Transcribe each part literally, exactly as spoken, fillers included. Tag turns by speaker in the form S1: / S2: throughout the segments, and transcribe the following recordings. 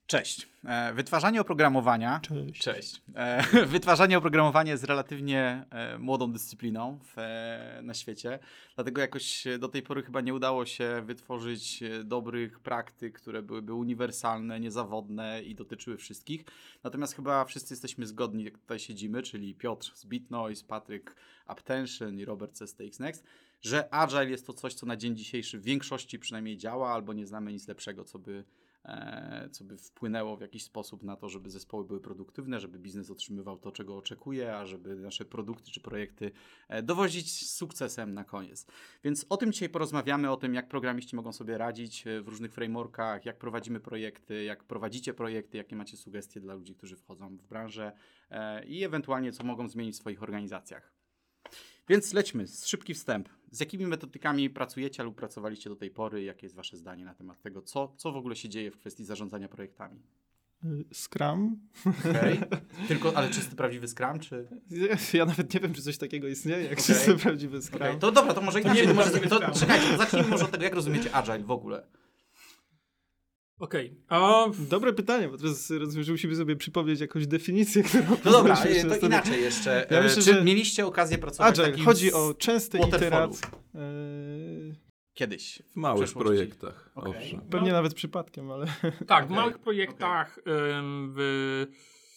S1: Cześć. E, wytwarzanie oprogramowania.
S2: Cześć.
S1: Cześć. E, wytwarzanie oprogramowania jest relatywnie e, młodą dyscypliną w, e, na świecie. Dlatego jakoś do tej pory chyba nie udało się wytworzyć dobrych praktyk, które byłyby uniwersalne, niezawodne i dotyczyły wszystkich. Natomiast chyba wszyscy jesteśmy zgodni, jak tutaj siedzimy, czyli Piotr z BitNoise, Patryk Apptention i Robert z T X Next, że Agile jest to coś, co na dzień dzisiejszy w większości przynajmniej działa, albo nie znamy nic lepszego, co by co by wpłynęło w jakiś sposób na to, żeby zespoły były produktywne, żeby biznes otrzymywał to, czego oczekuje, a żeby nasze produkty czy projekty dowozić z sukcesem na koniec. Więc o tym dzisiaj porozmawiamy, o tym, jak programiści mogą sobie radzić w różnych frameworkach, jak prowadzimy projekty, jak prowadzicie projekty, jakie macie sugestie dla ludzi, którzy wchodzą w branżę i ewentualnie co mogą zmienić w swoich organizacjach. Więc lećmy, szybki wstęp. Z jakimi metodykami pracujecie lub pracowaliście do tej pory? Jakie jest wasze zdanie na temat tego, co, co w ogóle się dzieje w kwestii zarządzania projektami?
S2: Scrum.
S1: Okej. Okay. Tylko, ale czysty, prawdziwy Scrum, czy?
S2: Ja, ja nawet nie wiem, czy coś takiego istnieje, jak okay. czysty, prawdziwy Scrum. Okay.
S1: To dobra, to może
S2: to
S1: inaczej.
S2: nie
S1: może, to, to, czekajcie, to zacznijmy może od tego, jak rozumiecie Agile w ogóle.
S2: Okej. Okay. Dobre pytanie, bo teraz rozumiem, że musimy sobie przypomnieć jakąś definicję, którą...
S1: No dobra, to inaczej jeszcze. Ja myślę, Czy że mieliście okazję pracować
S2: Agile, chodzi o częste iteracje.
S1: Kiedyś.
S3: W małych projektach, okay. Owszem.
S2: Pewnie no. nawet przypadkiem, ale...
S4: Tak, okay. w małych projektach okay. w...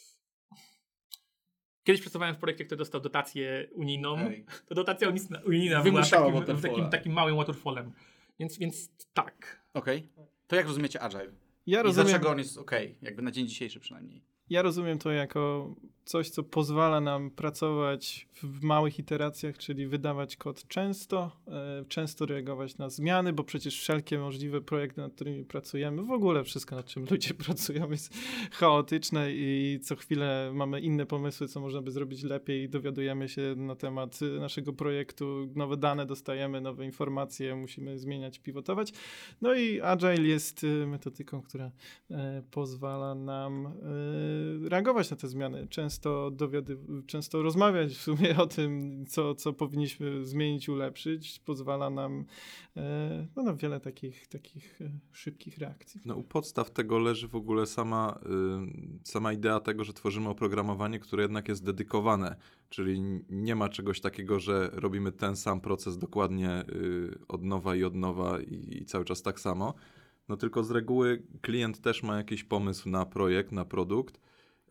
S4: Kiedyś pracowałem w projekcie, który dostał dotację unijną. Okay. To dotacja unijna była takim, takim, takim małym waterfallem. Więc, więc tak.
S1: Okej. Okay. To jak rozumiecie Agile?
S2: Ja
S1: I
S2: rozumiem...
S1: dlaczego on jest okej? Okay? Jakby na dzień dzisiejszy przynajmniej.
S2: Ja rozumiem to jako coś, co pozwala nam pracować w małych iteracjach, czyli wydawać kod często, e, często reagować na zmiany, bo przecież wszelkie możliwe projekty, nad którymi pracujemy, w ogóle wszystko, nad czym ludzie pracują, jest chaotyczne i co chwilę mamy inne pomysły, co można by zrobić lepiej, dowiadujemy się na temat naszego projektu, nowe dane dostajemy, nowe informacje, musimy zmieniać, pivotować. No i Agile jest metodyką, która e, pozwala nam e, reagować na te zmiany, często dowiady, często rozmawiać w sumie o tym, co, co powinniśmy zmienić, ulepszyć, pozwala nam e, no, na wiele takich, takich e, szybkich reakcji.
S3: No u podstaw tego leży w ogóle sama, y, sama idea tego, że tworzymy oprogramowanie, które jednak jest dedykowane, czyli nie ma czegoś takiego, że robimy ten sam proces dokładnie y, od nowa i od nowa i, i cały czas tak samo. No tylko z reguły klient też ma jakiś pomysł na projekt, na produkt,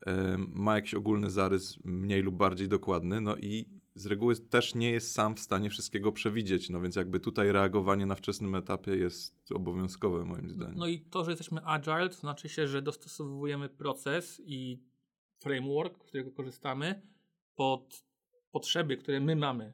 S3: ma jakiś ogólny zarys mniej lub bardziej dokładny, no i z reguły też nie jest sam w stanie wszystkiego przewidzieć, no więc jakby tutaj reagowanie na wczesnym etapie jest obowiązkowe moim zdaniem.
S4: No i to, że jesteśmy agile, to znaczy się, że dostosowujemy proces i framework, z którego korzystamy, pod potrzeby, które my mamy.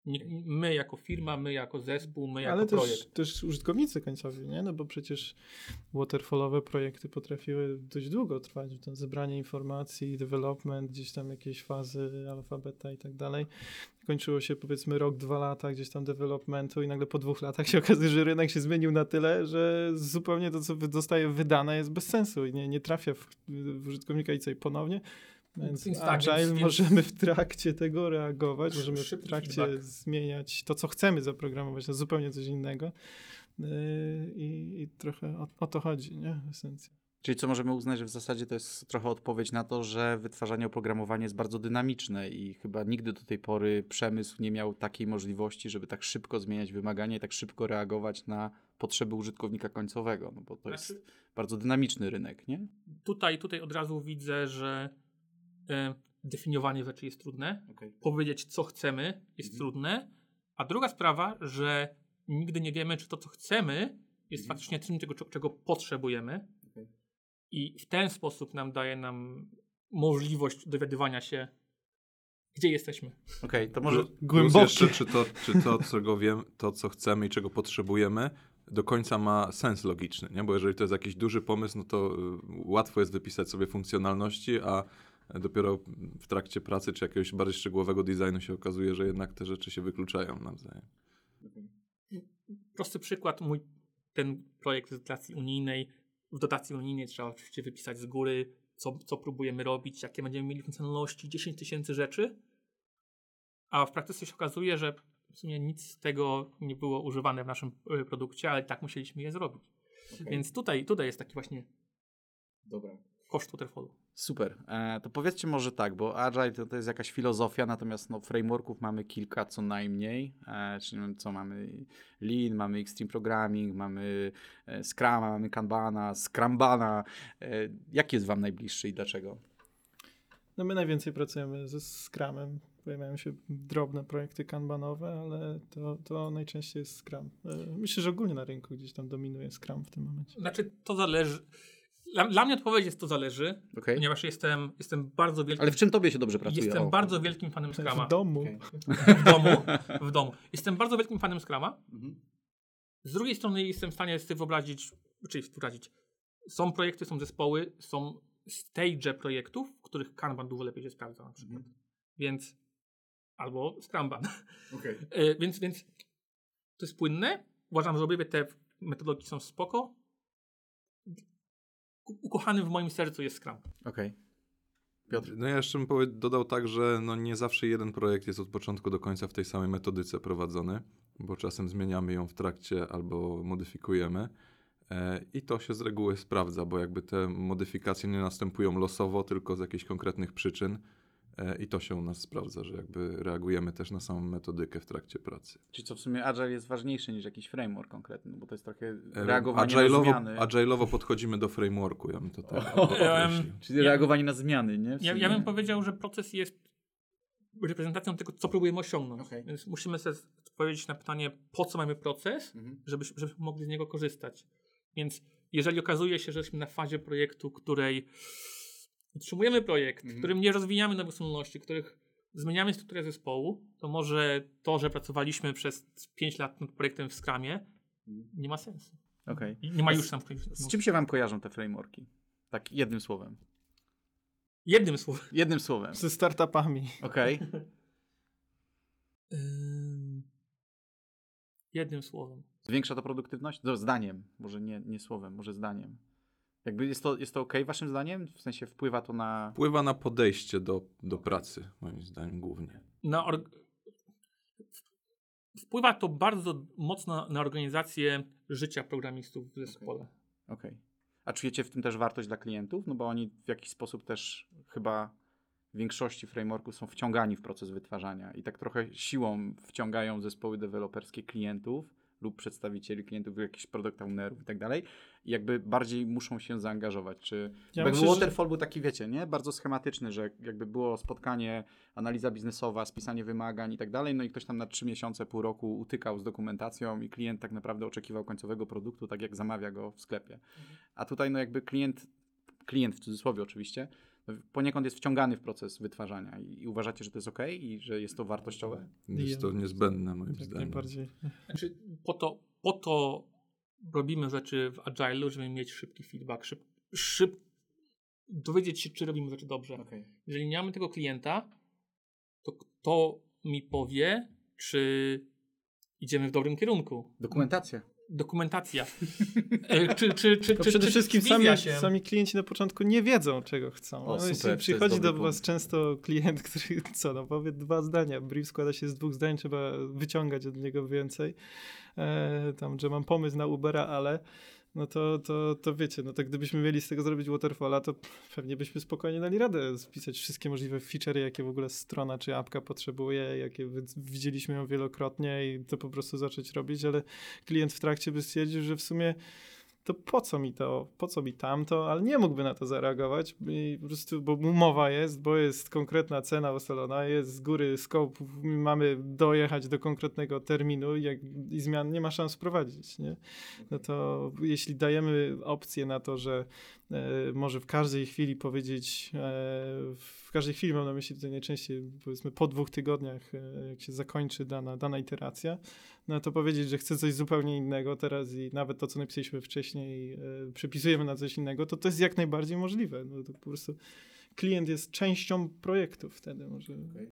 S4: My jako firma, my jako zespół, my jako
S2: Ale też,
S4: projekt.
S2: też użytkownicy końcowi, nie? No bo przecież waterfallowe projekty potrafiły dość długo trwać. Tam zebranie informacji, development, gdzieś tam jakieś fazy, alfa, beta i tak dalej. Kończyło się powiedzmy rok, dwa lata gdzieś tam developmentu i nagle po dwóch latach się okazuje, że rynek się zmienił na tyle, że zupełnie to, co zostaje wydane, jest bez sensu i nie, nie trafia w, w użytkownika i co i ponownie. Więc, więc tak, Agile więc, możemy w trakcie tego reagować, możemy w trakcie feedback. zmieniać to, co chcemy zaprogramować na zupełnie coś innego yy, i, i trochę o, o to chodzi, nie? W esencji.
S1: Czyli co możemy uznać, że w zasadzie to jest trochę odpowiedź na to, że wytwarzanie oprogramowania jest bardzo dynamiczne i chyba nigdy do tej pory przemysł nie miał takiej możliwości, żeby tak szybko zmieniać wymagania i tak szybko reagować na potrzeby użytkownika końcowego, no bo to znaczy, jest bardzo dynamiczny rynek, nie?
S4: Tutaj, tutaj od razu widzę, że e, definiowanie rzeczy jest trudne,
S1: okay.
S4: Powiedzieć, co chcemy, jest mhm. trudne, a druga sprawa, że nigdy nie wiemy, czy to, co chcemy, jest mhm. faktycznie tym, czego, czego potrzebujemy. I w ten sposób nam daje nam możliwość dowiadywania się, gdzie jesteśmy.
S1: Okej, okay, to może
S3: głębokie. Jeszcze, czy to, czy to, czego wiem, to, co chcemy i czego potrzebujemy, do końca ma sens logiczny, nie? Bo jeżeli to jest jakiś duży pomysł, no to łatwo jest wypisać sobie funkcjonalności, a dopiero w trakcie pracy czy jakiegoś bardziej szczegółowego designu się okazuje, że jednak te rzeczy się wykluczają nawzajem.
S4: Prosty przykład, mój ten projekt z dotacji unijnej. W dotacji unijnej trzeba oczywiście wypisać z góry, co, co próbujemy robić, jakie będziemy mieli funkcjonalności, dziesięć tysięcy rzeczy, a w praktyce się okazuje, że w sumie nic z tego nie było używane w naszym produkcie, ale tak musieliśmy je zrobić. Okay. Więc tutaj, tutaj jest taki właśnie
S1: Dobra.
S4: Koszt waterfallu.
S1: Super. E, to powiedzcie może tak, bo Agile to, to jest jakaś filozofia, natomiast no, frameworków mamy kilka co najmniej. E, czyli no, co mamy? Lean, mamy Extreme Programming, mamy e, Scruma, mamy Kanbana, Scrambana. E, jaki jest wam najbliższy i dlaczego?
S2: No my najwięcej pracujemy ze Scrumem. Pojawiają się drobne projekty kanbanowe, ale to, to najczęściej jest Scrum. E, Myślę, że ogólnie na rynku gdzieś tam dominuje Scrum w tym momencie.
S4: Znaczy, to zależy. Dla, dla mnie odpowiedź jest to zależy,
S1: Okay.
S4: ponieważ jestem, jestem bardzo wielkim...
S1: Ale w czym tobie się dobrze pracuje?
S4: Jestem
S1: O.
S4: bardzo wielkim fanem Scruma.
S2: W domu.
S1: Okay.
S4: W domu. W domu. Jestem bardzo wielkim fanem Scruma.
S1: Mhm.
S4: Z drugiej strony jestem w stanie sobie wyobrazić, czyli wyobrazić, są projekty, są zespoły, są stage projektów, w których Kanban dużo lepiej się sprawdza na przykład.
S1: Mhm.
S4: Więc albo Scrumban.
S1: Okay.
S4: E, więc, więc to jest płynne. Uważam, że obie te metodologie są spoko. U- Ukochany w moim sercu jest Scrum.
S1: Okej. Piotr.
S3: No ja jeszcze bym powie- dodał tak, że no nie zawsze jeden projekt jest od początku do końca w tej samej metodyce prowadzony, bo czasem zmieniamy ją w trakcie albo modyfikujemy. E, I to się z reguły sprawdza, bo jakby te modyfikacje nie następują losowo, tylko z jakichś konkretnych przyczyn. E, I to się u nas sprawdza, że jakby reagujemy też na samą metodykę w trakcie pracy.
S1: Czyli co w sumie Agile jest ważniejszy niż jakiś framework konkretny, no bo to jest trochę
S3: E,
S1: reagowanie na
S3: agile'owo,
S1: zmiany.
S3: agile'owo podchodzimy do frameworku, ja bym to tak
S1: O,
S3: określił.
S1: Czyli
S4: Ja-
S1: reagowanie na zmiany, nie? W
S4: Ja,
S1: sumie.
S4: ja bym powiedział, że proces jest reprezentacją tego, co próbujemy osiągnąć.
S1: Okej.
S4: Więc musimy sobie odpowiedzieć na pytanie, po co mamy proces,
S1: Mhm.
S4: żeby, żebyśmy mogli z niego korzystać. Więc jeżeli okazuje się, że jesteśmy na fazie projektu, której utrzymujemy projekt,
S1: Mhm.
S4: w którym nie rozwijamy nowych zdolności, w których zmieniamy strukturę zespołu, to może to, że pracowaliśmy przez pięć lat nad projektem w Scrumie, nie ma sensu.
S1: Okej.
S4: I nie ma
S1: A
S4: już
S1: z-
S4: tam...
S1: Z czym się wam kojarzą te frameworki? Tak jednym słowem.
S4: Jednym słowem.
S1: Jednym słowem.
S2: Ze startupami.
S1: Okej.
S4: Ym, Jednym słowem.
S1: Zwiększa to produktywność? No, zdaniem. Może nie, nie słowem, może zdaniem. Jakby jest to, jest to okej waszym zdaniem? W sensie wpływa to na...
S3: Wpływa na podejście do, do pracy, moim zdaniem głównie.
S4: Na or... Wpływa to bardzo mocno na organizację życia programistów w zespole.
S1: Okej. A czujecie w tym też wartość dla klientów? No bo oni w jakiś sposób też chyba w większości frameworków są wciągani w proces wytwarzania i tak trochę siłą wciągają zespoły deweloperskie klientów lub przedstawicieli klientów, jakichś product ownerów i tak dalej i jakby bardziej muszą się zaangażować. Czy
S2: Ja
S1: jakby
S2: myślę, że-
S1: Waterfall był taki, wiecie, nie? Bardzo schematyczny, że jakby było spotkanie, analiza biznesowa, spisanie wymagań i tak dalej, no i ktoś tam na trzy miesiące, pół roku utykał z dokumentacją i klient tak naprawdę oczekiwał końcowego produktu, tak jak zamawia go w sklepie. A tutaj no jakby klient, klient w cudzysłowie oczywiście, no poniekąd jest wciągany w proces wytwarzania i, i uważacie, że to jest okej i że jest to wartościowe?
S3: Jest to niezbędne, moim
S2: Jak
S3: zdaniem.
S2: najbardziej.
S4: Znaczy, po to, po to robimy rzeczy w Agile'u, żeby mieć szybki feedback, szyb, szyb, dowiedzieć się, czy robimy rzeczy dobrze.
S1: Okay.
S4: Jeżeli nie mamy tego klienta, to kto mi powie, czy idziemy w dobrym kierunku?
S1: Dokumentacja.
S4: Dokumentacja. E, czy, czy, czy,
S2: To
S4: czy,
S2: przede
S4: czy
S2: wszystkim
S4: wizja
S2: sami,
S4: się?
S2: sami klienci na początku nie wiedzą, czego chcą.
S1: O,
S2: No,
S1: super,
S2: jeśli
S1: to jest
S2: przychodzi
S1: dobry
S2: do was
S1: punkt.
S2: często klient, który co, no powie dwa zdania. Brief składa się z dwóch zdań, trzeba wyciągać od niego więcej. E, tam, że mam pomysł na Ubera, ale no to, to, to wiecie, no to gdybyśmy mieli z tego zrobić waterfalla, to pewnie byśmy spokojnie dali radę spisać wszystkie możliwe feature'y, jakie w ogóle strona czy apka potrzebuje, jakie wy- widzieliśmy ją wielokrotnie i to po prostu zacząć robić, ale klient w trakcie by stwierdził, że w sumie to po co mi to, po co mi tamto, ale nie mógłby na to zareagować i po prostu, bo umowa jest, bo jest konkretna cena ustalona, jest z góry scope, mamy dojechać do konkretnego terminu jak, i zmian nie ma szans wprowadzić, nie? No to jeśli dajemy opcję na to, że e, może w każdej chwili powiedzieć, e, w każdej chwili mam na myśli tutaj najczęściej powiedzmy po dwóch tygodniach, e, jak się zakończy dana, dana iteracja, no to powiedzieć, że chcę coś zupełnie innego teraz i nawet to, co napisaliśmy wcześniej, e, przepisujemy na coś innego, to to jest jak najbardziej możliwe. No to po prostu klient jest częścią projektu wtedy może.
S1: Okay.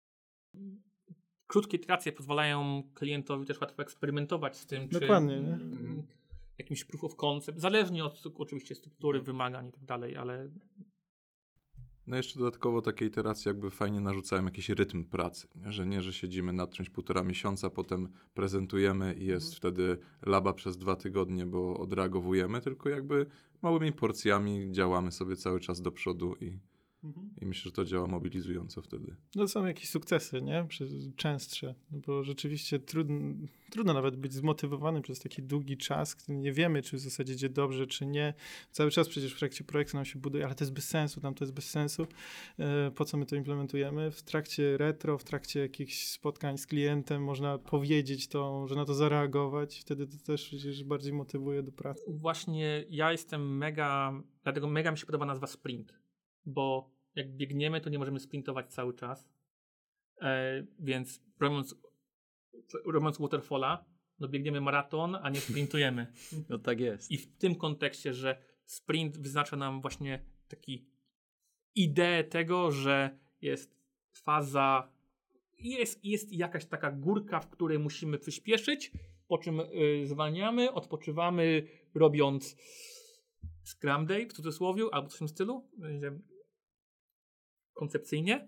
S4: Krótkie iteracje pozwalają klientowi też łatwo eksperymentować z tym,
S2: Dokładnie,
S4: czy
S2: nie?
S4: mm, jakimś proof of concept, zależnie od oczywiście struktury wymagań i tak dalej, ale
S3: No jeszcze dodatkowo takie iteracje jakby fajnie narzucają jakiś rytm pracy, nie? Że nie, że siedzimy nad czymś półtora miesiąca, potem prezentujemy i jest wtedy laba przez dwa tygodnie, bo odreagowujemy, tylko jakby małymi porcjami działamy sobie cały czas do przodu i, i myślę, że to działa mobilizująco wtedy.
S2: No są jakieś sukcesy, nie? Przez, częstsze, no bo rzeczywiście trudno, trudno nawet być zmotywowanym przez taki długi czas, gdy nie wiemy, czy w zasadzie idzie dobrze, czy nie. Cały czas przecież w trakcie projektu nam się buduje, ale to jest bez sensu, tam to jest bez sensu. E, po co my to implementujemy? W trakcie retro, w trakcie jakichś spotkań z klientem można powiedzieć to, że na to zareagować. Wtedy to też przecież bardziej motywuje do pracy.
S4: Właśnie ja jestem mega, dlatego mega mi się podoba nazwa sprint, bo jak biegniemy, to nie możemy sprintować cały czas, e, więc robiąc, robiąc waterfalla, no biegniemy maraton, a nie sprintujemy.
S1: No tak jest.
S4: I w tym kontekście, że sprint wyznacza nam właśnie taki ideę tego, że jest faza, jest, jest jakaś taka górka, w której musimy przyspieszyć, po czym y, zwalniamy, odpoczywamy, robiąc Scrum Day w cudzysłowie, albo coś w tym stylu, będzie koncepcyjnie.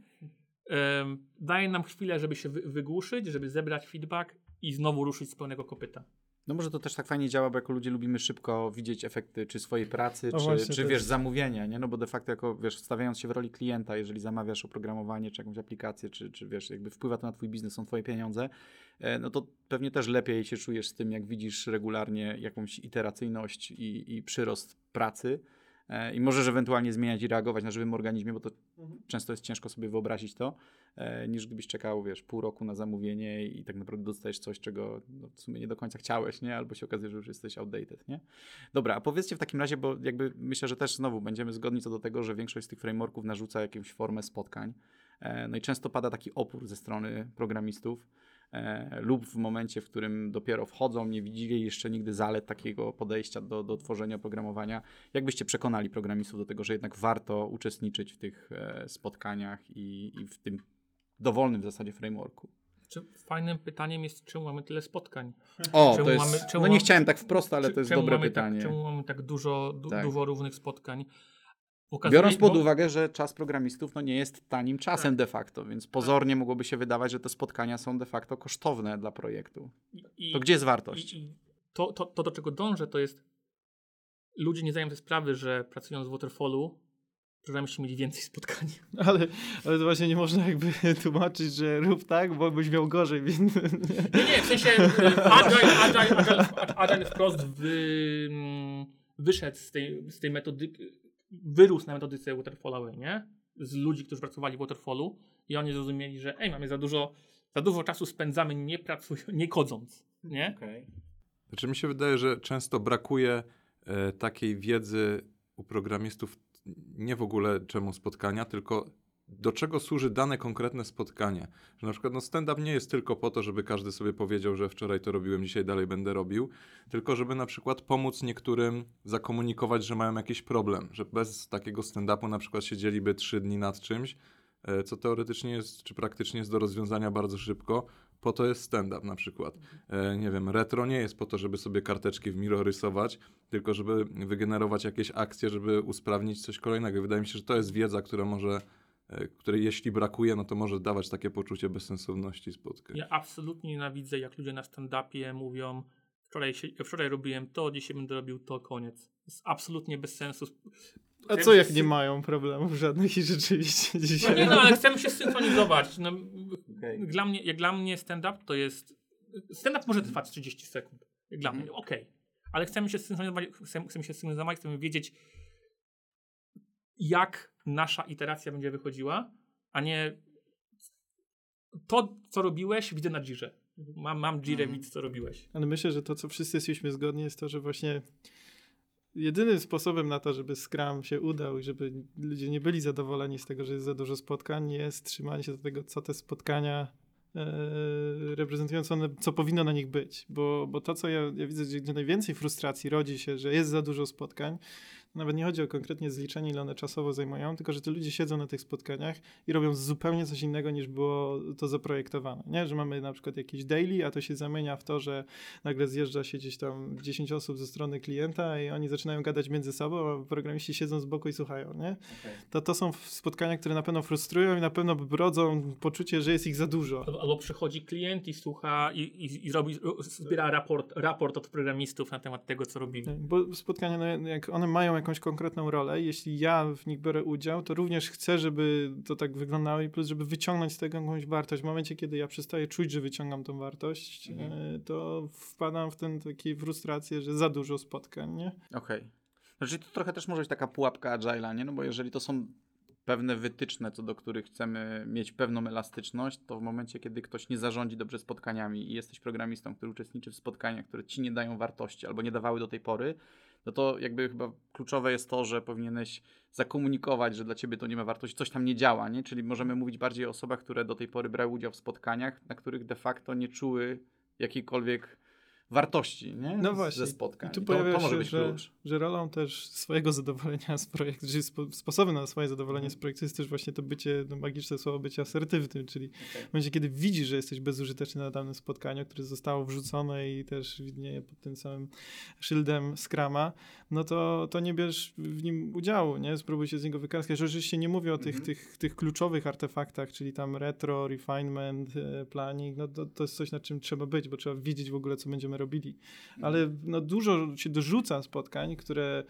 S4: Ym, daje nam chwilę, żeby się wy, wygłuszyć, żeby zebrać feedback i znowu ruszyć z pełnego kopyta.
S1: No może to też tak fajnie działa, bo jako ludzie lubimy szybko widzieć efekty czy swojej pracy,
S2: No
S1: czy,
S2: właśnie,
S1: czy
S2: to
S1: wiesz,
S2: jest-
S1: zamówienia, nie? No bo de facto jako, wiesz, wstawiając się w roli klienta, jeżeli zamawiasz oprogramowanie, czy jakąś aplikację, czy, czy wiesz, jakby wpływa to na twój biznes, są twoje pieniądze, e, no to pewnie też lepiej się czujesz z tym, jak widzisz regularnie jakąś iteracyjność i, i przyrost pracy e, i możesz ewentualnie zmieniać i reagować na żywym organizmie, bo to często jest ciężko sobie wyobrazić to, e, niż gdybyś czekał, wiesz, pół roku na zamówienie i tak naprawdę dostajesz coś, czego no, w sumie nie do końca chciałeś, nie? Albo się okazuje, że już jesteś outdated, nie? Dobra, a powiedzcie w takim razie, bo jakby myślę, że też znowu będziemy zgodni co do tego, że większość z tych frameworków narzuca jakąś formę spotkań, e, no i często pada taki opór ze strony programistów, e, lub w momencie, w którym dopiero wchodzą, nie widzieli jeszcze nigdy zalet takiego podejścia do, do tworzenia oprogramowania. Jak byście przekonali programistów do tego, że jednak warto uczestniczyć w tych e, spotkaniach i, i w tym dowolnym w zasadzie frameworku?
S4: Czy fajnym pytaniem jest, czemu mamy tyle spotkań?
S1: O,
S4: Czemu
S1: to jest,
S4: mamy- czemu
S1: no nie
S4: mamy-
S1: chciałem tak wprost, ale
S4: Czy-
S1: to jest
S4: czemu
S1: dobre
S4: mamy
S1: pytanie.
S4: Tak, czemu mamy tak dużo, du,
S1: Tak.
S4: dużo różnych spotkań? Okazuje-
S1: Biorąc pod
S4: bo-
S1: uwagę, że czas programistów no nie jest tanim czasem de facto, więc pozornie mogłoby się wydawać, że te spotkania są de facto kosztowne dla projektu.
S4: i-
S1: To gdzie jest wartość?
S4: I, i to, to, to, do czego dążę, to jest ludzie nie zdają sobie sprawy, że pracując w Waterfallu programiści mieli więcej spotkań.
S2: Ale, ale to właśnie nie można jakby tłumaczyć, że rób tak, bo byś miał gorzej, więc...
S4: Nie, nie, w sensie y, Agile, Agile, Agile, Agile wprost wy, mm, wyszedł z tej, z tej metody, wyrósł na metodyce Waterfallowej, nie? Z ludzi, którzy pracowali w Waterfallu i oni zrozumieli, że ej, mamy za dużo, za dużo czasu spędzamy nie pracując, nie kodząc, nie?
S1: Okay.
S3: Znaczy mi się wydaje, że często brakuje e, takiej wiedzy u programistów, nie w ogóle czemu spotkania, tylko do czego służy dane konkretne spotkanie. Że na przykład no stand-up nie jest tylko po to, żeby każdy sobie powiedział, że wczoraj to robiłem, dzisiaj dalej będę robił, tylko żeby na przykład pomóc niektórym zakomunikować, że mają jakiś problem, że bez takiego stand-upu na przykład siedzieliby trzy dni nad czymś, e, co teoretycznie jest, czy praktycznie jest do rozwiązania bardzo szybko. Po to jest stand-up na przykład. E, nie wiem, retro nie jest po to, żeby sobie karteczki w Miro rysować, tylko żeby wygenerować jakieś akcje, żeby usprawnić coś kolejnego. Wydaje mi się, że to jest wiedza, która może, e, której jeśli brakuje, no to może dawać takie poczucie bezsensowności spotkań.
S4: Ja absolutnie nienawidzę, jak ludzie na stand-upie mówią, wczoraj, się, wczoraj robiłem to, dzisiaj będę robił to, koniec. To jest absolutnie bez sensu.
S2: A co jak nie mają problemów żadnych i rzeczywiście
S4: No
S2: dzisiaj...
S4: nie no, ale chcemy się synchronizować. No,
S1: Okay.
S4: dla, mnie, jak dla mnie stand-up to jest... Stand-up może trwać trzydzieści sekund. Jak dla mnie, okej. Ale chcemy się synchronizować, chcemy, chcemy się synchronizować, chcemy wiedzieć, jak nasza iteracja będzie wychodziła, a nie to, co robiłeś, widzę na Jirze. Mam, mam Jirę,
S1: Mhm.
S4: widzę, co robiłeś.
S2: Ale myślę, że to, co wszyscy jesteśmy zgodni, jest to, że właśnie jedynym sposobem na to, żeby Scrum się udał i żeby ludzie nie byli zadowoleni z tego, że jest za dużo spotkań, jest trzymanie się do tego, co te spotkania e, reprezentują, co, one, co powinno na nich być. Bo, bo to, co ja, ja widzę, gdzie najwięcej frustracji rodzi się, że jest za dużo spotkań, Nawet nie chodzi o konkretnie zliczenie, ile one czasowo zajmują, tylko że te ludzie siedzą na tych spotkaniach i robią zupełnie coś innego, niż było to zaprojektowane. Nie? Że mamy na przykład jakieś daily, a to się zamienia w to, że nagle zjeżdża się gdzieś tam dziesięć osób ze strony klienta i oni zaczynają gadać między sobą, a programiści siedzą z boku i słuchają. Nie?
S1: Okay.
S2: To, to są spotkania, które na pewno frustrują i na pewno rodzą poczucie, że jest ich za dużo.
S4: Albo, albo przychodzi klient i słucha i, i, i robi, zbiera raport, raport od programistów na temat tego, co robili.
S2: Bo spotkania, no, jak one mają jakąś konkretną rolę, jeśli ja w nich biorę udział, to również chcę, żeby to tak wyglądało i plus, żeby wyciągnąć z tego jakąś wartość. W momencie, kiedy ja przestaję czuć, że wyciągam tą wartość, mhm. to wpadam w tę taką frustrację, że za dużo spotkań, nie?
S1: Okej. Okay. Znaczy to trochę też może być taka pułapka Agile'a, nie? No bo jeżeli to są pewne wytyczne, co do których chcemy mieć pewną elastyczność, to w momencie, kiedy ktoś nie zarządzi dobrze spotkaniami i jesteś programistą, który uczestniczy w spotkaniach, które ci nie dają wartości albo nie dawały do tej pory, no to jakby chyba kluczowe jest to, że powinieneś zakomunikować, że dla ciebie to nie ma wartości, coś tam nie działa, nie? Czyli możemy mówić bardziej o osobach, które do tej pory brały udział w spotkaniach, na których de facto nie czuły jakiejkolwiek wartości, nie?
S2: No właśnie.
S1: Ze spotkań.
S2: I tu
S1: I
S2: pojawia
S1: to, to może
S2: się,
S1: być
S2: że,
S1: klucz.
S2: że rolą też swojego zadowolenia z projektu, czyli spo, sposobem na swoje zadowolenie z projektu jest też właśnie to bycie, to magiczne słowo bycie asertywnym, czyli okay. w momencie, kiedy widzisz, że jesteś bezużyteczny na danym spotkaniu, które zostało wrzucone i też widnieje pod tym samym szyldem Scrama, no to, to nie bierz w nim udziału, nie? Spróbuj się z niego wykarskać. Że oczywiście nie mówię o tych, mm-hmm. tych, tych kluczowych artefaktach, czyli tam retro, refinement, planning, no to, to jest coś, na czym trzeba być, bo trzeba wiedzieć w ogóle, co będziemy robili. Ale no, dużo się dorzuca spotkań, które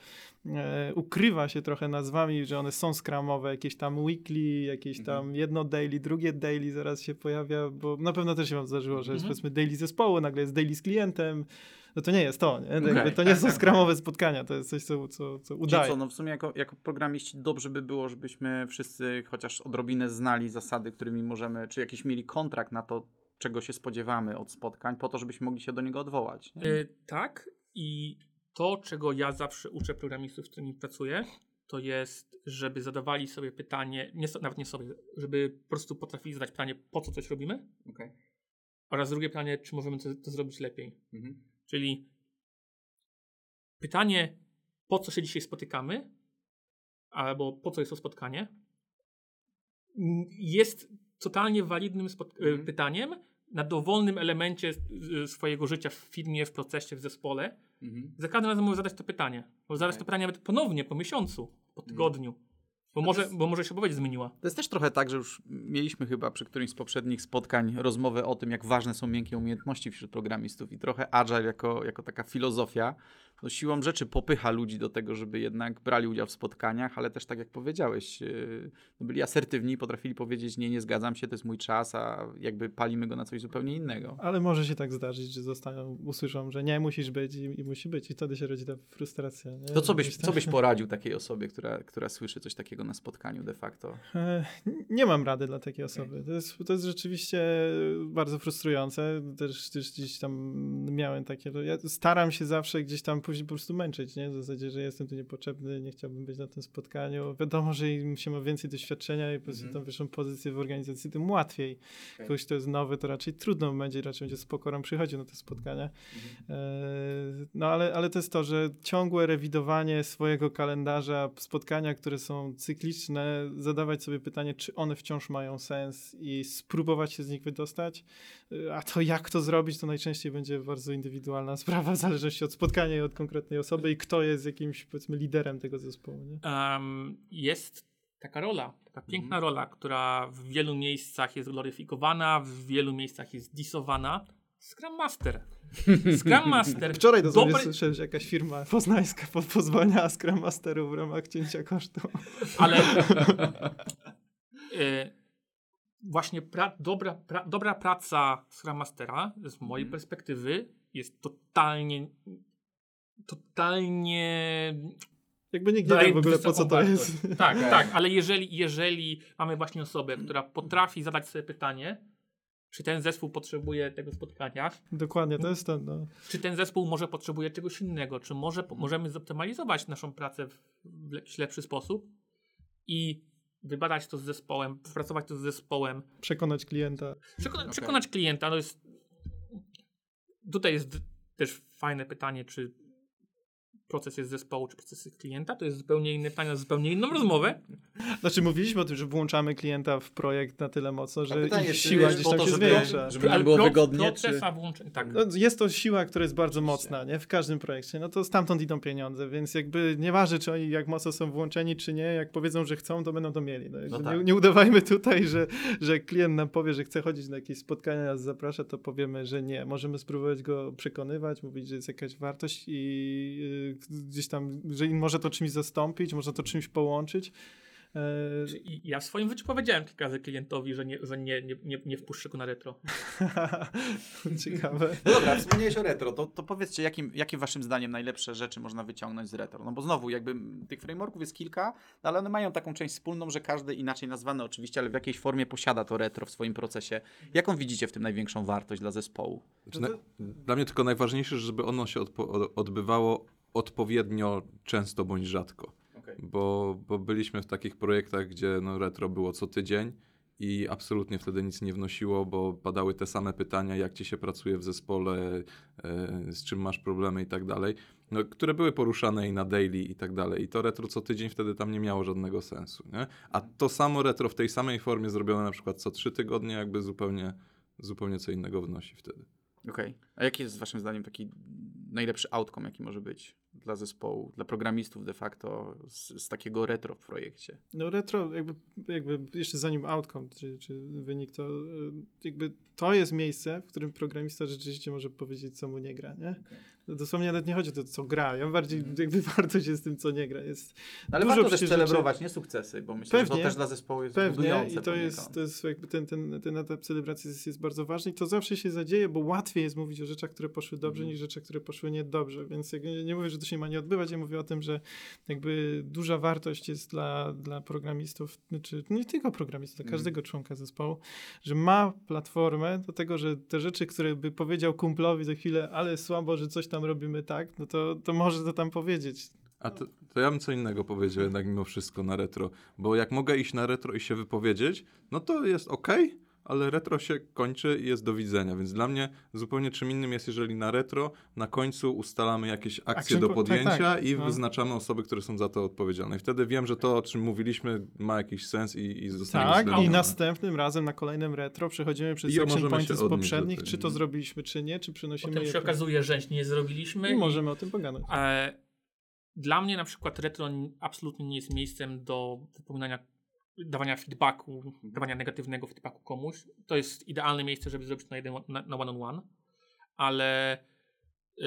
S2: e, ukrywa się trochę nazwami, że one są scrumowe, jakieś tam weekly, jakieś tam mhm. jedno daily, drugie daily zaraz się pojawia, bo na pewno też się wam zdarzyło, że jest
S1: mhm.
S2: powiedzmy daily zespołu, nagle jest daily z klientem. No to nie jest to, nie?
S1: Okay.
S2: Jakby to nie są scrumowe spotkania, to jest coś, co, co, co udaje.
S1: Co, no w sumie jako, jako programiści dobrze by było, żebyśmy wszyscy chociaż odrobinę znali zasady, którymi możemy, czy jakiś mieli kontrakt na to, czego się spodziewamy od spotkań, po to, żebyśmy mogli się do niego odwołać.
S4: Yy, tak i to, czego ja zawsze uczę programistów, z którymi pracuję, to jest, żeby zadawali sobie pytanie, nie, nawet nie sobie, żeby po prostu potrafili zadać pytanie, po co coś robimy,
S1: okay.
S4: oraz drugie pytanie, czy możemy to, to zrobić lepiej.
S1: Mhm.
S4: Czyli pytanie, po co się dzisiaj spotykamy, albo po co jest to spotkanie, jest totalnie walidnym spot- mhm. pytaniem na dowolnym elemencie swojego życia w firmie, w procesie, w zespole. Mhm. Za każdym razem możesz zadać to pytanie. Możesz zadać okay. to pytanie nawet ponownie, po miesiącu, po tygodniu. Mhm. Bo może, jest, bo może się odpowiedź zmieniła.
S1: To jest też trochę tak, że już mieliśmy chyba przy którymś z poprzednich spotkań rozmowę o tym, jak ważne są miękkie umiejętności wśród programistów i trochę Agile jako, jako taka filozofia no siłą rzeczy popycha ludzi do tego, żeby jednak brali udział w spotkaniach, ale też tak jak powiedziałeś, yy, byli asertywni, potrafili powiedzieć nie, nie zgadzam się, to jest mój czas, a jakby palimy go na coś zupełnie innego.
S2: Ale może się tak zdarzyć, że zostaną, usłyszą, że nie, musisz być i, i musi być i wtedy się rodzi ta frustracja. Nie?
S1: To co byś, co byś poradził takiej osobie, która, która słyszy coś takiego na spotkaniu de facto?
S2: E, nie mam rady dla takiej osoby. Okay. To jest, to jest rzeczywiście bardzo frustrujące. Też, też gdzieś tam miałem takie, ja staram się zawsze gdzieś tam później po prostu męczyć, nie? W zasadzie, że jestem tu niepotrzebny, nie chciałbym być na tym spotkaniu. Wiadomo, że im się ma więcej doświadczenia i po prostu mm-hmm. tam wyższą pozycję w organizacji, tym łatwiej. Okay. Ktoś, kto jest nowy, to raczej trudno będzie, raczej będzie z pokorą przychodził na te spotkania. Mm-hmm. E, no ale, ale to jest to, że ciągłe rewidowanie swojego kalendarza, spotkania, które są cykliczne, zadawać sobie pytanie, czy one wciąż mają sens i spróbować się z nich wydostać. A to jak to zrobić, to najczęściej będzie bardzo indywidualna sprawa, w zależności od spotkania i od konkretnej osoby i kto jest jakimś, powiedzmy, liderem tego zespołu. Nie?
S4: Um, jest taka rola, taka piękna mm. rola, która w wielu miejscach jest gloryfikowana, w wielu miejscach jest disowana. Scrum Master. Scrum Master.
S2: Wczoraj to sobie dobry... słyszałem, że jakaś firma poznańska pozwalnia Scrum Masterów w ramach cięcia kosztu.
S4: Ale y, właśnie pra, dobra, pra, dobra praca Scrum Mastera z mojej mm. perspektywy jest totalnie totalnie
S2: jakby nikt nie wie w ogóle, po co to jest.
S4: Tak, tak, ale jeżeli, jeżeli mamy właśnie osobę, która potrafi zadać sobie pytanie, czy ten zespół potrzebuje tego spotkania.
S2: Dokładnie, to jest to. No.
S4: Czy ten zespół może potrzebuje czegoś innego, czy może możemy zoptymalizować naszą pracę w, w jakiś lepszy sposób i wybadać to z zespołem, pracować to z zespołem.
S2: Przekonać klienta.
S4: Przekona- okay. Przekonać klienta. To jest, tutaj jest też fajne pytanie, czy proces jest zespołu, czy proces jest klienta, to jest zupełnie inne pytanie, na zupełnie inną rozmowę.
S2: Znaczy mówiliśmy o tym, że włączamy klienta w projekt na tyle mocno, że
S1: pytanie,
S2: ich
S1: czy
S2: siła
S1: jest
S2: gdzieś
S1: po
S2: tam
S1: to,
S2: się
S1: żeby-
S2: zwiększa.
S1: żeby nam było
S4: pro-
S1: wygodnie,
S4: Proces,
S1: czy-
S4: a włączenie, tak.
S2: No, jest to siła, która jest bardzo
S1: Oczywiście.
S2: mocna, nie? W każdym projekcie. No to stamtąd idą pieniądze, więc jakby nieważne, czy oni jak mocno są włączeni, czy nie, jak powiedzą, że chcą, to będą to mieli. No, jakby
S1: tak.
S2: nie, nie udawajmy tutaj, że, że klient nam powie, że chce chodzić na jakieś spotkania, nas zaprasza, to powiemy, że nie. Możemy spróbować go przekonywać, mówić, że jest jakaś wartość i yy, gdzieś tam, że może to czymś zastąpić, można to czymś połączyć. E,
S4: I ja w swoim życiu powiedziałem kilka razy klientowi, że nie, że nie, nie, nie, nie wpuszczę go na retro.
S2: Ciekawe.
S1: No dobra, wspomniałeś o retro, to, to powiedzcie, jakim, jakie waszym zdaniem najlepsze rzeczy można wyciągnąć z retro? No bo znowu, jakby tych frameworków jest kilka, no ale one mają taką część wspólną, że każdy inaczej nazwany oczywiście, ale w jakiejś formie posiada to retro w swoim procesie. Jaką widzicie w tym największą wartość dla zespołu?
S3: Znaczy, na, dla mnie tylko najważniejsze, żeby ono się odpo- od- odbywało odpowiednio często bądź rzadko.
S1: Okay.
S3: Bo, bo byliśmy w takich projektach, gdzie no, retro było co tydzień i absolutnie wtedy nic nie wnosiło, bo padały te same pytania, jak ci się pracuje w zespole, e, z czym masz problemy i tak dalej, no, które były poruszane i na daily i tak dalej. I to retro co tydzień wtedy tam nie miało żadnego sensu. Nie? A to samo retro w tej samej formie zrobione na przykład co trzy tygodnie jakby zupełnie, zupełnie co innego wnosi wtedy.
S1: Okej. Okay. A jaki jest waszym zdaniem taki najlepszy outcome, jaki może być dla zespołu, dla programistów de facto z, z takiego retro w projekcie?
S2: No retro, jakby, jakby jeszcze zanim outcome, czy, czy wynik, to y, jakby to jest miejsce, w którym programista rzeczywiście może powiedzieć, co mu nie gra, nie? Okay. Dosłownie nawet nie chodzi o to, co gra, ja bardziej mm. jakby wartość jest tym, co nie gra. Jest
S1: no, ale
S2: dużo
S1: warto też
S2: rzeczy...
S1: celebrować, nie sukcesy, bo myślę,
S2: pewnie,
S1: że to też dla zespołu jest
S2: pewnie,
S1: budujące.
S2: i to jest, to jest jakby ten, ten, ten etap celebracji jest, jest bardzo ważny i to zawsze się zadzieje, bo łatwiej jest mówić o rzeczach, które poszły dobrze, mm. niż rzeczach, które poszły niedobrze, więc jak, nie mówię, że to się ma nie odbywać, ja mówię o tym, że jakby duża wartość jest dla, dla programistów, czy nie tylko programistów, dla każdego mm. członka zespołu, że ma platformę do tego, że te rzeczy, które by powiedział kumplowi za chwilę, ale słabo, że coś tam robimy tak, no to, to może to tam powiedzieć.
S3: A to, to ja bym co innego powiedział jednak mimo wszystko na retro, bo jak mogę iść na retro i się wypowiedzieć, no to jest okej, ale retro się kończy i jest do widzenia, więc dla mnie zupełnie czym innym jest, jeżeli na retro na końcu ustalamy jakieś akcje
S2: Action
S3: do
S2: po-
S3: podjęcia
S2: tak, tak.
S3: i
S2: No.
S3: wyznaczamy osoby, które są za to odpowiedzialne. I wtedy wiem, że to, o czym mówiliśmy, ma jakiś sens i, i zostanie
S2: Tak, i
S3: uwzględnione.
S2: następnym razem na kolejnym retro przechodzimy przez
S3: I
S2: action
S3: możemy
S2: pointy
S3: się
S2: z
S3: odnieść do
S2: poprzednich,
S3: tego.
S2: czy to zrobiliśmy, czy nie, czy przenosimy
S4: Potem
S2: je
S4: się
S2: po-
S4: okazuje, że nie zrobiliśmy.
S2: i możemy o tym pogadać.
S4: E, dla mnie na przykład retro n- absolutnie nie jest miejscem do wypominania, dawania feedbacku, dawania negatywnego feedbacku komuś. To jest idealne miejsce, żeby zrobić na, jeden, na, na one on one, ale y,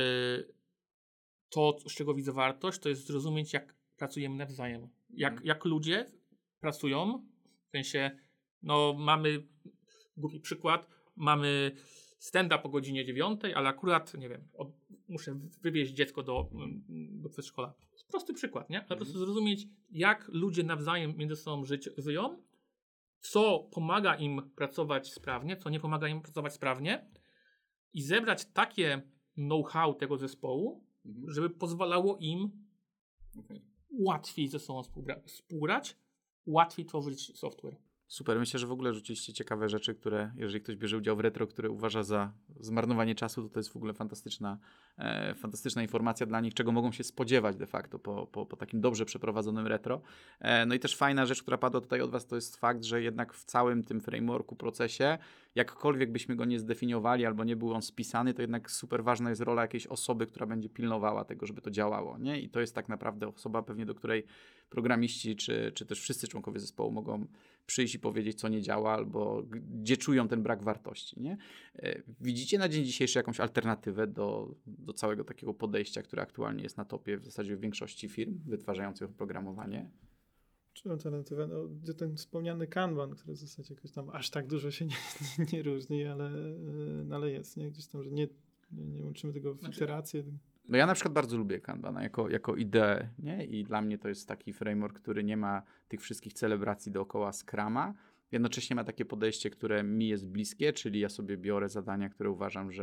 S4: to, z czego widzę wartość, to jest zrozumieć, jak pracujemy nawzajem. Jak,
S1: Mhm.
S4: jak ludzie pracują, w sensie, no mamy, głupi przykład, mamy stand-up o godzinie dziewiątej, ale akurat, nie wiem, od, muszę wywieźć dziecko do, do przedszkola. To jest prosty przykład, nie? Ale po prostu zrozumieć, jak ludzie nawzajem między sobą żyć, żyją, co pomaga im pracować sprawnie, co nie pomaga im pracować sprawnie i zebrać takie know-how tego zespołu,
S1: Mhm.
S4: żeby pozwalało im
S1: Okay.
S4: łatwiej ze sobą współgra- współgrać, łatwiej tworzyć software.
S1: Super, myślę, że w ogóle rzuciliście ciekawe rzeczy, które, jeżeli ktoś bierze udział w retro, które uważa za zmarnowanie czasu, to to jest w ogóle fantastyczna, e, fantastyczna informacja dla nich, czego mogą się spodziewać de facto po, po, po takim dobrze przeprowadzonym retro. E, no i też fajna rzecz, która padła tutaj od was, to jest fakt, że jednak w całym tym frameworku, procesie, jakkolwiek byśmy go nie zdefiniowali albo nie był on spisany, to jednak super ważna jest rola jakiejś osoby, która będzie pilnowała tego, żeby to działało, nie? I to jest tak naprawdę osoba pewnie, do której programiści czy, czy też wszyscy członkowie zespołu mogą przyjść i powiedzieć, co nie działa, albo gdzie czują ten brak wartości. Nie? E, Widzicie na dzień dzisiejszy jakąś alternatywę do, do całego takiego podejścia, które aktualnie jest na topie w zasadzie w większości firm wytwarzających oprogramowanie?
S2: Czy alternatywę? No, ten wspomniany Kanban, który w zasadzie jakoś tam aż tak dużo się nie, nie, nie różni, ale, no, ale jest, nie? Gdzieś tam, że nie, nie, nie łączymy tego w
S4: Znaczy-
S2: iterację.
S1: No ja na przykład bardzo lubię Kanbana jako, jako ideę, nie? I dla mnie to jest taki framework, który nie ma tych wszystkich celebracji dookoła Scruma. Jednocześnie ma takie podejście, które mi jest bliskie, czyli ja sobie biorę zadania, które uważam, że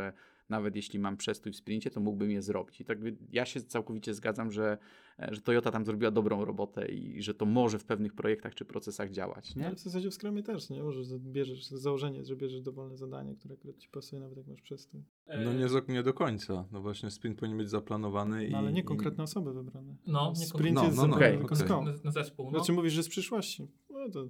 S1: nawet jeśli mam przestój w sprincie, to mógłbym je zrobić. I tak ja się całkowicie zgadzam, że, że Toyota tam zrobiła dobrą robotę i że to może w pewnych projektach czy procesach działać. Nie?
S2: Ale w zasadzie w Scrumie też, nie? Możesz, bierzesz założenie, że bierzesz dowolne zadanie, które akurat ci pasuje, nawet jak masz przestój.
S3: No nie, z- nie do końca. No właśnie sprint powinien być zaplanowany i...
S2: No, ale nie
S3: i-
S2: konkretne osoby wybrane.
S4: No, nie
S2: Sprint
S3: konkretne-
S2: jest
S3: No, no, no,
S2: zabrany
S1: okej,
S2: tylko
S3: okej.
S2: Scrum.
S4: na, na zespół. No.
S2: Znaczy mówisz, że z przyszłości. No to,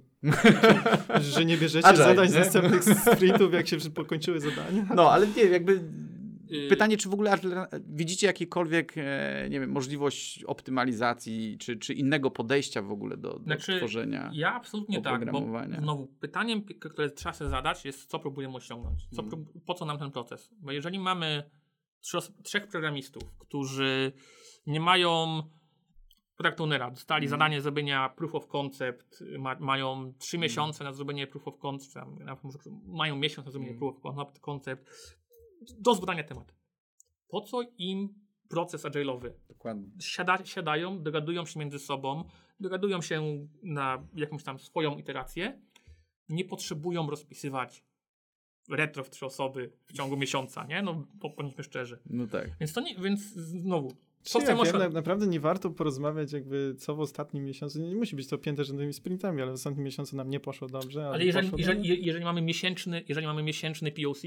S2: że nie bierzecie
S1: Agile,
S2: zadań
S1: nie?
S2: z następnych sprintów, jak się pokończyły zadania.
S1: No, ale nie, jakby
S4: Y-
S1: pytanie, czy w ogóle altern- widzicie jakiekolwiek, e, nie wiem, możliwość optymalizacji, czy, czy innego podejścia w ogóle do, do
S4: Znaczy,
S1: tworzenia
S4: Ja absolutnie tak, bo
S1: oprogramowania?
S4: znowu pytaniem, p- które trzeba sobie zadać jest, co próbujemy osiągnąć, co
S1: Mm.
S4: prób- po co nam ten proces. Bo jeżeli mamy trzy, os- trzech programistów, którzy nie mają product ownera, dostali
S1: Mm.
S4: zadanie zrobienia proof of concept, ma, mają trzy
S1: Mm.
S4: miesiące na zrobienie proof of concept, tam, na- może mają miesiąc na zrobienie
S1: Mm.
S4: proof of concept, do zbadania temat. Po co im proces agile'owy?
S1: Dokładnie.
S4: Siada, siadają, dogadują się między sobą, dogadują się na jakąś tam swoją iterację, nie potrzebują rozpisywać retro w trzy osoby w ciągu miesiąca, nie? No, bo bądźmy szczerzy.
S1: No tak.
S4: Więc to nie, więc znowu, co
S2: Co
S4: chcemy
S2: ja wiem,
S4: osiągnąć?
S2: na, naprawdę nie warto porozmawiać jakby co w ostatnim miesiącu, nie musi być to pięte żadnymi sprintami, ale w ostatnim miesiącu nam nie poszło dobrze.
S4: Ale jeżeli,
S2: poszło
S4: jeżeli,
S2: dobrze,
S4: je- jeżeli, mamy miesięczny, jeżeli mamy miesięczny P O C,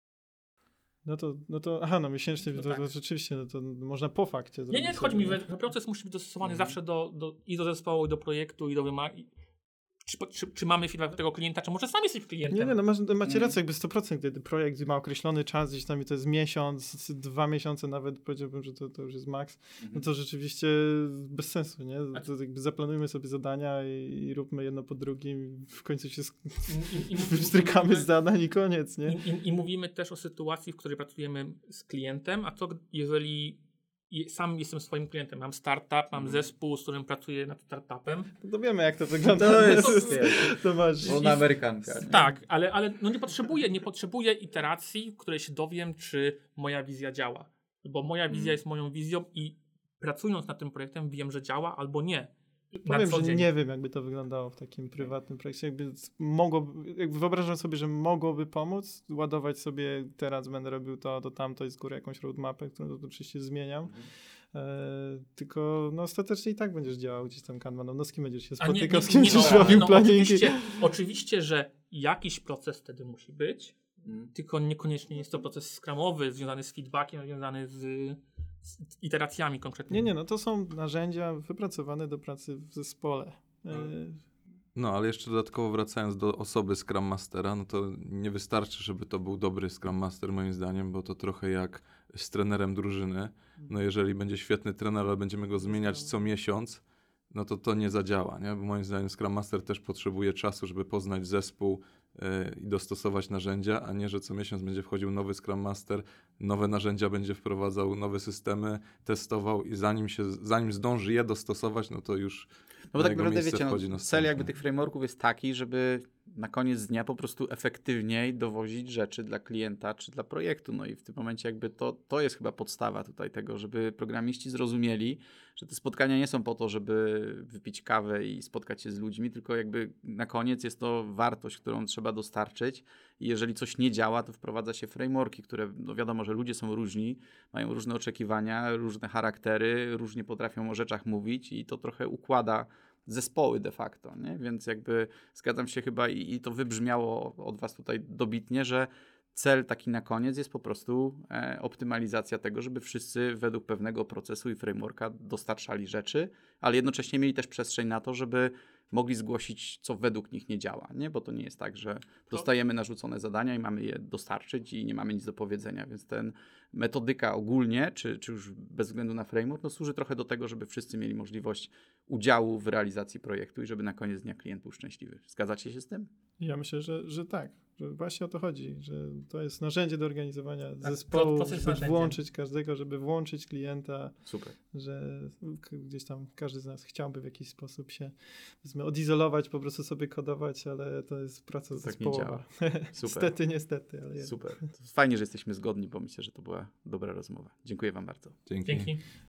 S2: no to, no to, aha, no miesięcznie,
S4: No
S2: to,
S4: tak.
S2: to rzeczywiście, no to można po fakcie
S4: nie,
S2: zrobić
S4: nie, chodzi mi,
S2: sobie.
S4: że proces musi być dostosowany
S1: Mhm.
S4: zawsze do, do, i do zespołu, i do projektu, i do wymagań. Czy, czy, czy mamy feedback tego klienta, czy może sami jesteś klientem?
S2: Nie, nie, no masz, macie
S1: Mm.
S2: rację, jakby sto procent, gdy projekt ma określony czas, gdzieś tam i to jest miesiąc, dwa miesiące nawet, powiedziałbym, że to, to już jest maks, no to rzeczywiście bez sensu, nie? To jakby zaplanujmy sobie zadania i, i róbmy jedno po drugim, w końcu się sk-
S4: I, i, i,
S2: wstrykamy z zadań i koniec, nie?
S4: I, i, I mówimy też o sytuacji, w której pracujemy z klientem, a co jeżeli je- sam jestem swoim klientem, mam startup, mam zespół, z którym pracuję nad startupem.
S2: No to wiemy, jak to wygląda.
S1: To jest,
S4: To-
S1: wiesz,
S2: to masz...
S1: wolna amerykanka. nie?
S4: Tak, ale, ale no nie potrzebuję, nie potrzebuję iteracji, w której się dowiem, czy moja wizja działa. Bo moja wizja
S1: Mm.
S4: jest moją wizją i pracując nad tym projektem wiem, że działa albo nie. Na
S2: Powiem,
S4: co
S2: że
S4: dzień.
S2: nie wiem, jakby to wyglądało w takim prywatnym projekcie. Jakby mogłoby, jakby wyobrażam sobie, że mogłoby pomóc, ładować sobie, teraz będę robił to, to tamto i z góry jakąś roadmapę, którą to oczywiście zmieniam. E, tylko no ostatecznie i tak będziesz działał gdzieś tam kanwaną. No z kim będziesz się
S4: A nie-
S2: spotykał,
S4: nie-
S2: z kim
S4: nie,
S2: będziesz
S4: no,
S2: robił
S4: no,
S2: planingi.
S4: Oczywiście, oczywiście, że jakiś proces wtedy musi być,
S1: Mm.
S4: tylko niekoniecznie jest to proces scrumowy, związany z feedbackiem, związany z, z iteracjami konkretnymi.
S2: Nie, nie, no to są narzędzia wypracowane do pracy w zespole. E,
S3: No, ale jeszcze dodatkowo wracając do osoby Scrum Mastera, no to nie wystarczy, żeby to był dobry Scrum Master moim zdaniem, bo to trochę jak z trenerem drużyny. No jeżeli będzie świetny trener, ale będziemy go zmieniać co miesiąc, no to to nie zadziała, nie? Bo moim zdaniem Scrum Master też potrzebuje czasu, żeby poznać zespół yy, i dostosować narzędzia, a nie, że co miesiąc będzie wchodził nowy Scrum Master, nowe narzędzia będzie wprowadzał, nowe systemy, testował i zanim się, zanim zdąży je dostosować, no to już
S1: No bo
S3: na
S1: tak
S3: jego
S1: naprawdę
S3: miejsce
S1: wiecie, no,
S3: wchodzi
S1: cel
S3: następny.
S1: jakby tych frameworków jest taki, żeby na koniec dnia po prostu efektywniej dowozić rzeczy dla klienta czy dla projektu. No i w tym momencie jakby to, to jest chyba podstawa tutaj tego, żeby programiści zrozumieli, że te spotkania nie są po to, żeby wypić kawę i spotkać się z ludźmi, tylko jakby na koniec jest to wartość, którą trzeba dostarczyć i jeżeli coś nie działa, to wprowadza się frameworki, które no wiadomo, że ludzie są różni, mają różne oczekiwania, różne charaktery, różnie potrafią o rzeczach mówić i to trochę układa zespoły de facto, nie? Więc jakby zgadzam się chyba i, i to wybrzmiało od was tutaj dobitnie, że cel taki na koniec jest po prostu e, optymalizacja tego, żeby wszyscy według pewnego procesu i frameworka dostarczali rzeczy, ale jednocześnie mieli też przestrzeń na to, żeby mogli zgłosić, co według nich nie działa, nie? Bo to nie jest tak, że dostajemy narzucone zadania i mamy je dostarczyć i nie mamy nic do powiedzenia, więc ten metodyka ogólnie, czy, czy już bez względu na framework, no służy trochę do tego, żeby wszyscy mieli możliwość udziału w realizacji projektu i żeby na koniec dnia klient był szczęśliwy. Zgadzacie się z tym?
S2: Ja myślę, że, że tak, że właśnie o to chodzi, że to jest narzędzie do organizowania
S4: Tak,
S2: zespołu,
S4: proces
S2: żeby
S4: narzędziem.
S2: włączyć każdego, żeby włączyć klienta,
S1: Super.
S2: że k- gdzieś tam każdy z nas chciałby w jakiś sposób się powiedzmy, odizolować, po prostu sobie kodować, ale to jest praca
S1: To tak nie
S2: zespołowa.
S1: Super.
S2: Niestety, niestety, ale jest.
S1: Super. To fajnie, że jesteśmy zgodni, bo myślę, że to była dobra rozmowa. Dziękuję wam bardzo.
S3: dzięki.
S4: Dzięki.